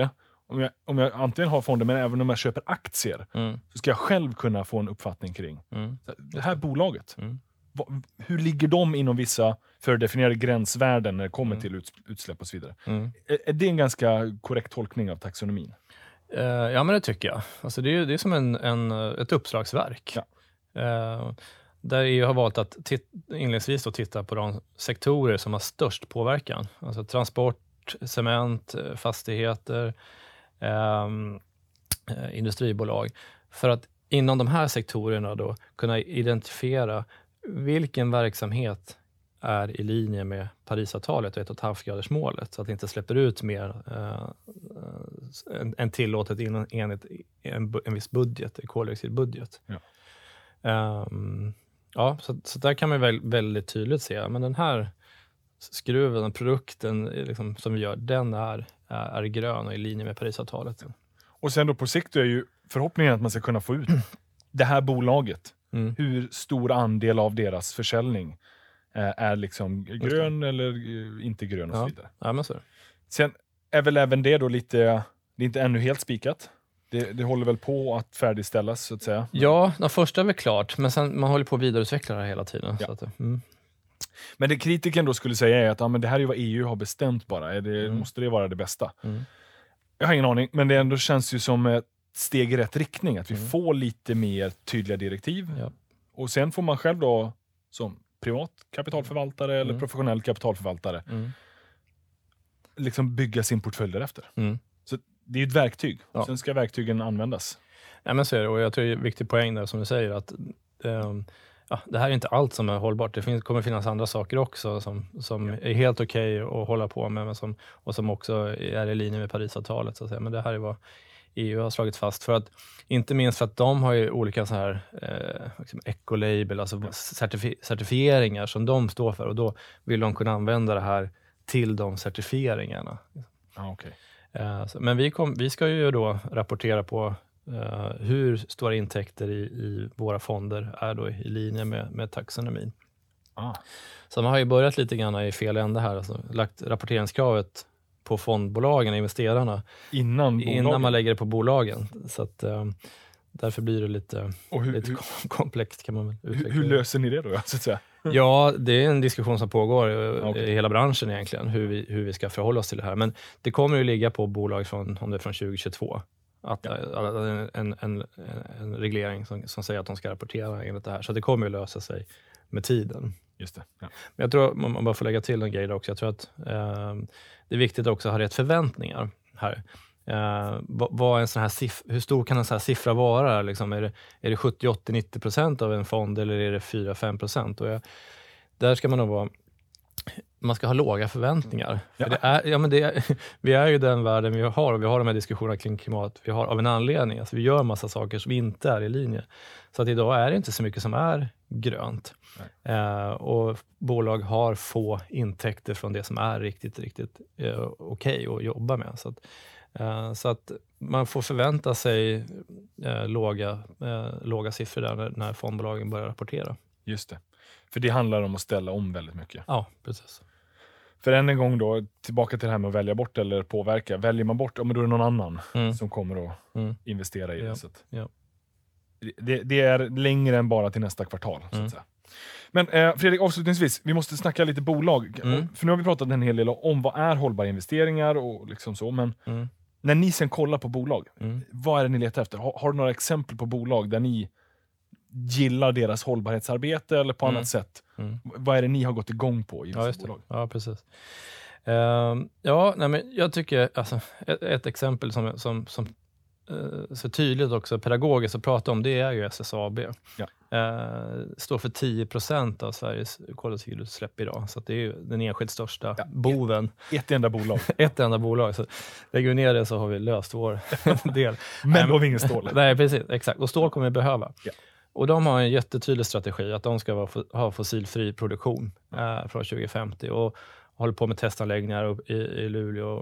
om jag, om jag antingen har fonder men även om jag köper aktier Mm. så ska jag själv kunna få en uppfattning kring Mm. det här bolaget. Mm. Va, hur ligger de inom vissa fördefinierade gränsvärden när det kommer Mm. till uts, utsläpp och så vidare? Mm. Är, är det en ganska korrekt tolkning av taxonomin? Uh, ja, men det tycker jag. Alltså det, är, det är som en, en, ett uppslagsverk. Ja. Uh, där E U har valt att tit- inledningsvis då titta på de sektorer som har störst påverkan. Alltså transport, cement, fastigheter, um, uh, industribolag. För att inom de här sektorerna då kunna identifiera vilken verksamhet är i linje med Parisavtalet och ett och ett halvt gradersmålet så att det inte släpper ut mer eh, än, än tillåtet inom enligt en, en viss budget, en koldioxidbudget. Ja, um, ja så, så där kan man väl, väldigt tydligt se, men den här skruven, den produkten liksom, som vi gör, den är, är, är grön och i linje med Parisavtalet. Och sen då på sikt är ju förhoppningen att man ska kunna få ut det här bolaget. Mm. Hur stor andel av deras försäljning eh, är liksom grön eller eh, inte grön och ja. så vidare. Ja, men så. Sen är väl även det då lite, det är inte ännu helt spikat. Det, det håller väl på att färdigställas så att säga. Ja, de första är väl klart, men sen man håller på att vidareutveckla det här hela tiden. Ja. Så att, mm. Men det kritiken då skulle säga är att ja, men det här är vad E U har bestämt bara. Är det, mm. Måste det vara det bästa? Mm. Jag har ingen aning, men det ändå känns ju som ett steg i rätt riktning. Att vi mm. får lite mer tydliga direktiv. Ja. Och sen får man själv då som privat kapitalförvaltare mm. eller professionell kapitalförvaltare mm. liksom bygga sin portfölj därefter. Mm. Så det är ju ett verktyg. Ja. Sen ska verktygen användas. Ja, men så är det. Och jag tror det är en viktig poäng där som du säger att um, ja, det här är inte allt som är hållbart. Det finns, kommer finnas andra saker också som, som ja. är helt okej okay att hålla på med men som, och som också är i linje med Parisavtalet. Så att säga. Men det här är vad E U har slagit fast. För att, inte minst för att de har ju olika så här eh, liksom ecolabel, alltså ja. certifi- certifieringar som de står för. Och då vill de kunna använda det här till de certifieringarna. Ah, okay. eh, så, men vi, kom, vi ska ju då rapportera på Uh, hur stora intäkter i, i våra fonder är då i linje med, med taxonomin. Ah. Så man har ju börjat lite grann i fel ände här. Alltså, lagt rapporteringskravet på fondbolagen, investerarna, innan, innan man lägger det på bolagen. Så att, uh, därför blir det lite, Och hur, lite hur, komplext kan man väl utveckla. Hur, hur löser ni det då? Så att säga? Ja, det är en diskussion som pågår uh, okay. i hela branschen egentligen, hur vi, hur vi ska förhålla oss till det här. Men det kommer ju ligga på bolag från, om det är från tjugo tjugotvå. Att, ja. en, en, en reglering som, som säger att de ska rapportera enligt det här. Så det kommer ju lösa sig med tiden. Just det. Ja. Men jag tror, man, man bara får lägga till en grej också. Jag tror att eh, det är viktigt också att ha rätt förväntningar här. Eh, vad, vad en sån här siff- hur stor kan en sån här siffra vara? Liksom, är det, är det sjuttio, åttio, nittio procent av en fond eller är det fyra fem procent? Och jag, där ska man nog vara... Man ska ha låga förväntningar. Ja. För det är, ja, men det är, vi är ju den världen vi har och vi har de här diskussionerna kring klimat. Vi har av en anledning. Alltså vi gör en massa saker som inte är i linje. Så att idag är det inte så mycket som är grönt. Eh, och bolag har få intäkter från det som är riktigt, riktigt eh, okej okay att jobba med. Så att, eh, så att man får förvänta sig eh, låga, eh, låga siffror där när, när fondbolagen börjar rapportera. Just det. För det handlar om att ställa om väldigt mycket. Ja, precis. För än en gång då, tillbaka till det här med att välja bort eller påverka. Väljer man bort, ja, men då är det någon annan mm. som kommer att mm. investera i det. Ja. Så att Ja. det. Det är längre än bara till nästa kvartal. Så mm. att säga. Men eh, Fredrik, avslutningsvis, vi måste snacka lite bolag. Mm. För nu har vi pratat en hel del om vad är hållbara investeringar och liksom så. Men mm. när ni sen kollar på bolag, mm. vad är det ni letar efter? Har, har du några exempel på bolag där ni gillar deras hållbarhetsarbete eller på mm. annat sätt? Mm. Vad är det ni har gått igång på i ja, vissa bolag? Ja, precis. Uh, ja, nej, men jag tycker alltså, ett, ett exempel som, som, som uh, så tydligt också pedagogiskt att prata om, det är ju S S A B. Ja. Uh, står för tio procent av Sveriges koldioxidutsläpp idag. Så att det är ju den enskilt största ja. boven. Ett, ett enda bolag. ett enda bolag. Så lägger vi ner det så har vi löst vår del. Men då har vi ingen stål. Nej, precis. Exakt. Och stål kommer vi behöva. Ja. Och de har en jättetydlig strategi att de ska vara, ha fossilfri produktion eh, från tjugo femtio och håller på med testanläggningar upp i, i Luleå.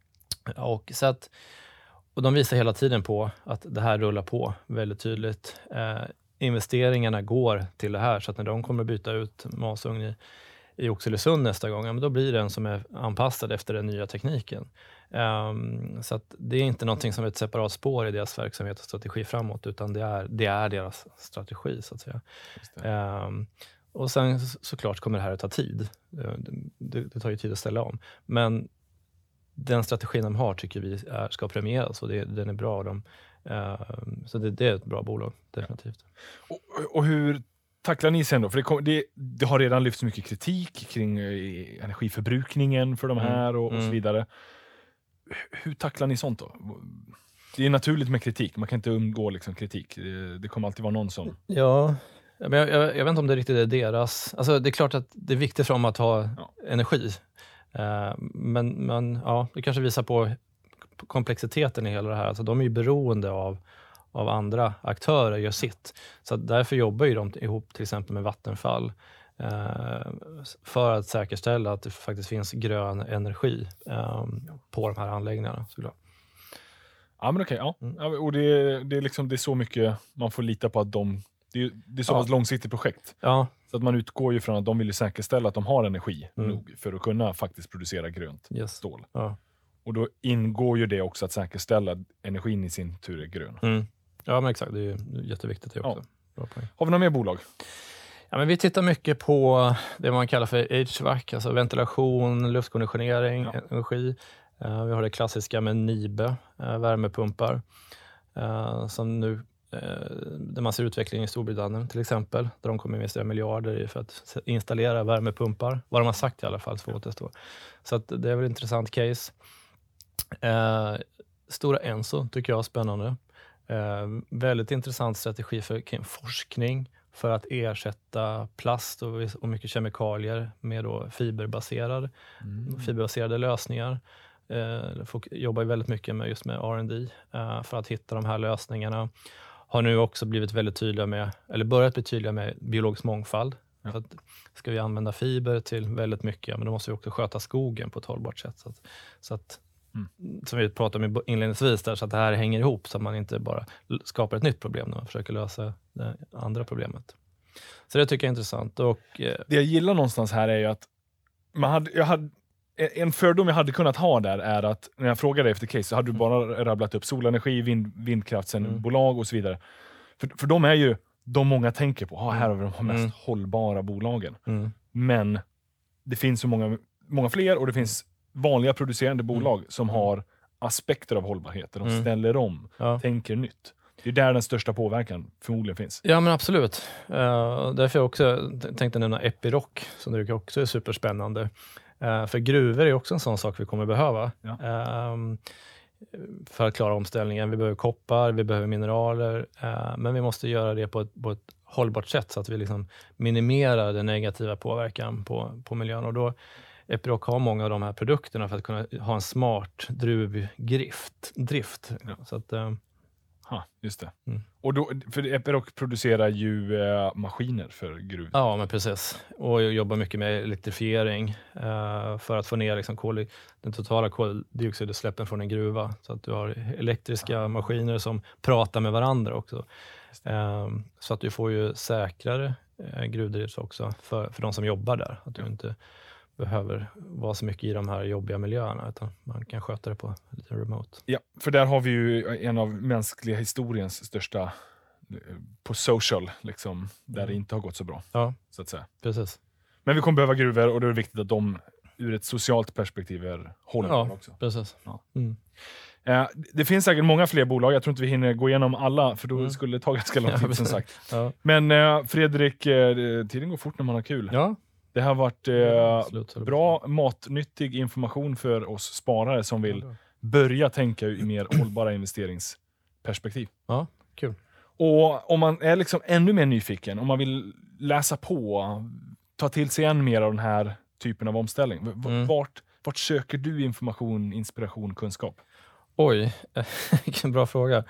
Och, så att, och de visar hela tiden på att det här rullar på väldigt tydligt. Eh, investeringarna går till det här så att när de kommer byta ut masugn i, i Oxelösund nästa gång, ja, men då blir den som är anpassad efter den nya tekniken. Um, så att det är inte någonting som är ett separat spår i deras verksamhet och strategi framåt, utan det är, det är deras strategi så att säga. Um, och sen så, såklart kommer det här att ta tid. Det, det, det tar ju tid att ställa om. Men den strategin de har tycker vi är, ska premieras och det, den är bra. De, uh, så det, det är ett bra bolag, definitivt. Och, och hur tacklar ni sen då? För det, kom, det, det har redan lyfts mycket kritik kring eh, energiförbrukningen för de här och, mm. och så vidare. Hur tacklar ni sånt då? Det är naturligt med kritik. Man kan inte undgå liksom kritik. Det, det kommer alltid vara någon som... Ja, men jag, jag, jag vet inte om det riktigt är deras... Alltså det är klart att det är viktigt för dem att ha ja. energi. Uh, men, men ja, det kanske visar på komplexiteten i hela det här. Alltså de är ju beroende av, av andra aktörer, gör sitt. Så att därför jobbar ju de ihop till exempel med Vattenfall. Uh, för att säkerställa att det faktiskt finns grön energi um, på de här anläggningarna. Såklart. Ja, men okej. Okay, ja. Mm. Och det, det, är liksom, det är så mycket man får lita på att de... Det är, det är så ja. ett långsiktigt projekt. Ja. Så att man utgår ju från att de vill säkerställa att de har energi mm. nog för att kunna faktiskt producera grönt yes. stål. Ja. Och då ingår ju det också att säkerställa att energin i sin tur är grön. Mm. Ja, men exakt. Det är jätteviktigt det också. Ja. Har vi några mer bolag? Ja, men vi tittar mycket på det man kallar för H V A C, alltså ventilation, luftkonditionering, ja. energi. Uh, vi har det klassiska med Nibe, uh, värmepumpar, uh, som nu, uh, där man ser utveckling i Storbritannien till exempel, där de kommer investera miljarder i för att installera värmepumpar, vad de har sagt i alla fall, så återstår. Så att det är väl ett intressant case. Uh, Stora Enso tycker jag är spännande. Uh, väldigt intressant strategi för forskning, för att ersätta plast och, och mycket kemikalier med då fiberbaserad, mm. fiberbaserade lösningar. Eh, folk jobbar väldigt mycket med just med R and D eh, för att hitta de här lösningarna. Har nu också blivit väldigt tydliga med, eller börjat bli tydliga med biologisk mångfald. Ja. För att ska vi använda fiber till väldigt mycket, men då måste vi också sköta skogen på ett hållbart sätt. Så att, så att mm. som vi pratade om inledningsvis där, så att det här hänger ihop så att man inte bara skapar ett nytt problem när man försöker lösa det andra problemet. Så det tycker jag är intressant. Och, eh, det jag gillar någonstans här är ju att man hade, jag hade, en fördom jag hade kunnat ha där är att när jag frågade efter case så hade du bara rabblat upp solenergi, vind, vindkraftsbolag mm. och så vidare. För, för de är ju de många tänker på. Ah, här har vi de mest mm. hållbara bolagen. Mm. Men det finns så många, många fler och det finns vanliga producerande bolag mm. som har aspekter av hållbarhet. De mm. ställer om, ja. tänker nytt. Det är där den största påverkan förmodligen finns. Ja, men absolut. Uh, därför jag också tänkte nämna Epiroc, som det också är superspännande. Uh, för gruvor är också en sån sak vi kommer behöva. Ja. Uh, för att klara omställningen. Vi behöver koppar, vi behöver mineraler. Uh, men vi måste göra det på ett, på ett hållbart sätt så att vi liksom minimerar den negativa påverkan på, på miljön. Och då Epiroc har många av de här produkterna för att kunna ha en smart druvdrift. Drift. Ja. Så att... Uh, Ha, just det. Mm. Och då, för Epiroc producerar ju eh, maskiner för gruv. Ja, men precis. Och jag jobbar mycket med elektrifiering eh, för att få ner liksom kol, den totala koldioxidutsläppen från en gruva. Så att du har elektriska ja. maskiner som pratar med varandra också. Eh, så att du får ju säkrare eh, gruvdrift också för, för de som jobbar där. Att du ja. inte behöver vara så mycket i de här jobbiga miljöerna, utan man kan sköta det på lite remote. Ja, för där har vi ju en av mänskliga historiens största på social, liksom, där mm. det inte har gått så bra. Ja, så att säga. Precis. Men vi kommer behöva gruvor och det är viktigt att de ur ett socialt perspektiv är hållbara ja, också. Precis. Ja, precis. Mm. Eh, det finns säkert många fler bolag. Jag tror inte vi hinner gå igenom alla, för då mm. skulle det ta ganska lång tid, som sagt. Ja. Men eh, Fredrik, eh, tiden går fort när man har kul. Ja. Det har varit eh, Slut, bra, matnyttig information för oss sparare som vill ja, börja tänka i mer hållbara investeringsperspektiv. Ja, kul. Och om man är liksom ännu mer nyfiken, om man vill läsa på, ta till sig än mer av den här typen av omställning. V- mm. vart, vart söker du information, inspiration, kunskap? Oj, vilken bra fråga.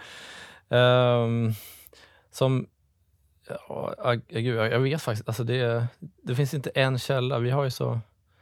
Um, som... Ja, gud, jag vet faktiskt. Alltså det, det finns inte en källa. Vi har ju så...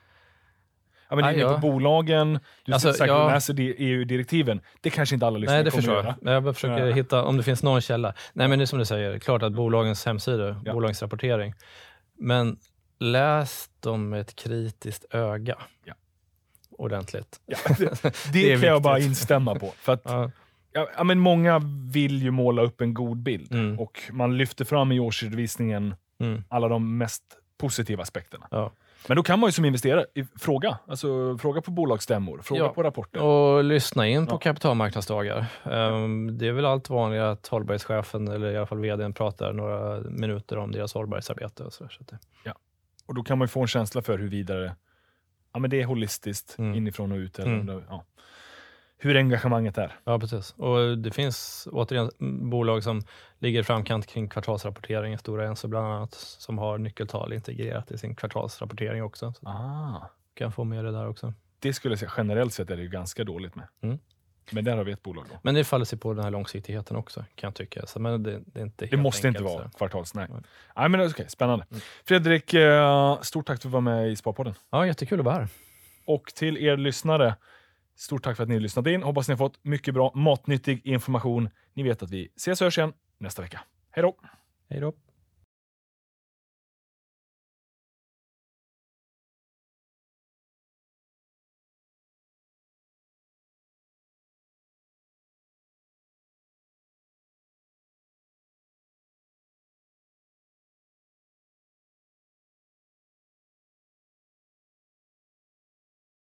Ja, men det är ja. på bolagen. Du alltså, säkert ja. läser E U-direktiven. Det kanske inte alla lyssnare Nej, det kommer förstår göra. Jag. Jag bara försöker ja. hitta om det finns någon källa. Nej, men det är som du säger. Klart att bolagens hemsidor, ja. bolagens rapportering. Men läs dem med ett kritiskt öga. Ja. ordentligt. Ja, det det, Det är kan jag viktigt. bara instämma på. För att, Ja. ja, ja, men många vill ju måla upp en god bild. Mm. Och man lyfter fram i årsredovisningen Mm. alla de mest positiva aspekterna. Ja. Men då kan man ju som investerare i- fråga. Alltså fråga på bolagsstämmor, fråga Ja. på rapporter. Och lyssna in på Ja. kapitalmarknadsdagar. Um, det är väl allt vanligare att hållbarhetschefen eller i alla fall vdn pratar några minuter om deras hållbarhetsarbete. Och så, så att det, Och då kan man ju få en känsla för hur vidare ja, men det är holistiskt Mm. inifrån och ut. Eller Mm. om det, ja. Hur engagemanget är. ja, precis. Och det finns återigen bolag som ligger i framkant kring kvartalsrapportering. Stora Enso bland annat, som har nyckeltal integrerat i sin kvartalsrapportering också. Så Ah. kan få med det där också. Det skulle jag säga generellt sett är det ju ganska dåligt med. Mm. Men där har vi ett bolag då. Men det faller sig på den här långsiktigheten också, kan jag tycka. Så, men det, det är inte Det helt måste enkelt, inte vara så. kvartals, nej. Nej. Nej men okej, spännande. Mm. Fredrik, eh, stort tack för att du var med i Sparpodden. Ja, jättekul att vara här. Och till er lyssnare, stort tack för att ni har lyssnat in. Hoppas ni har fått mycket bra matnyttig information. Ni vet att vi ses och hörs igen nästa vecka. Hej då! Hej då!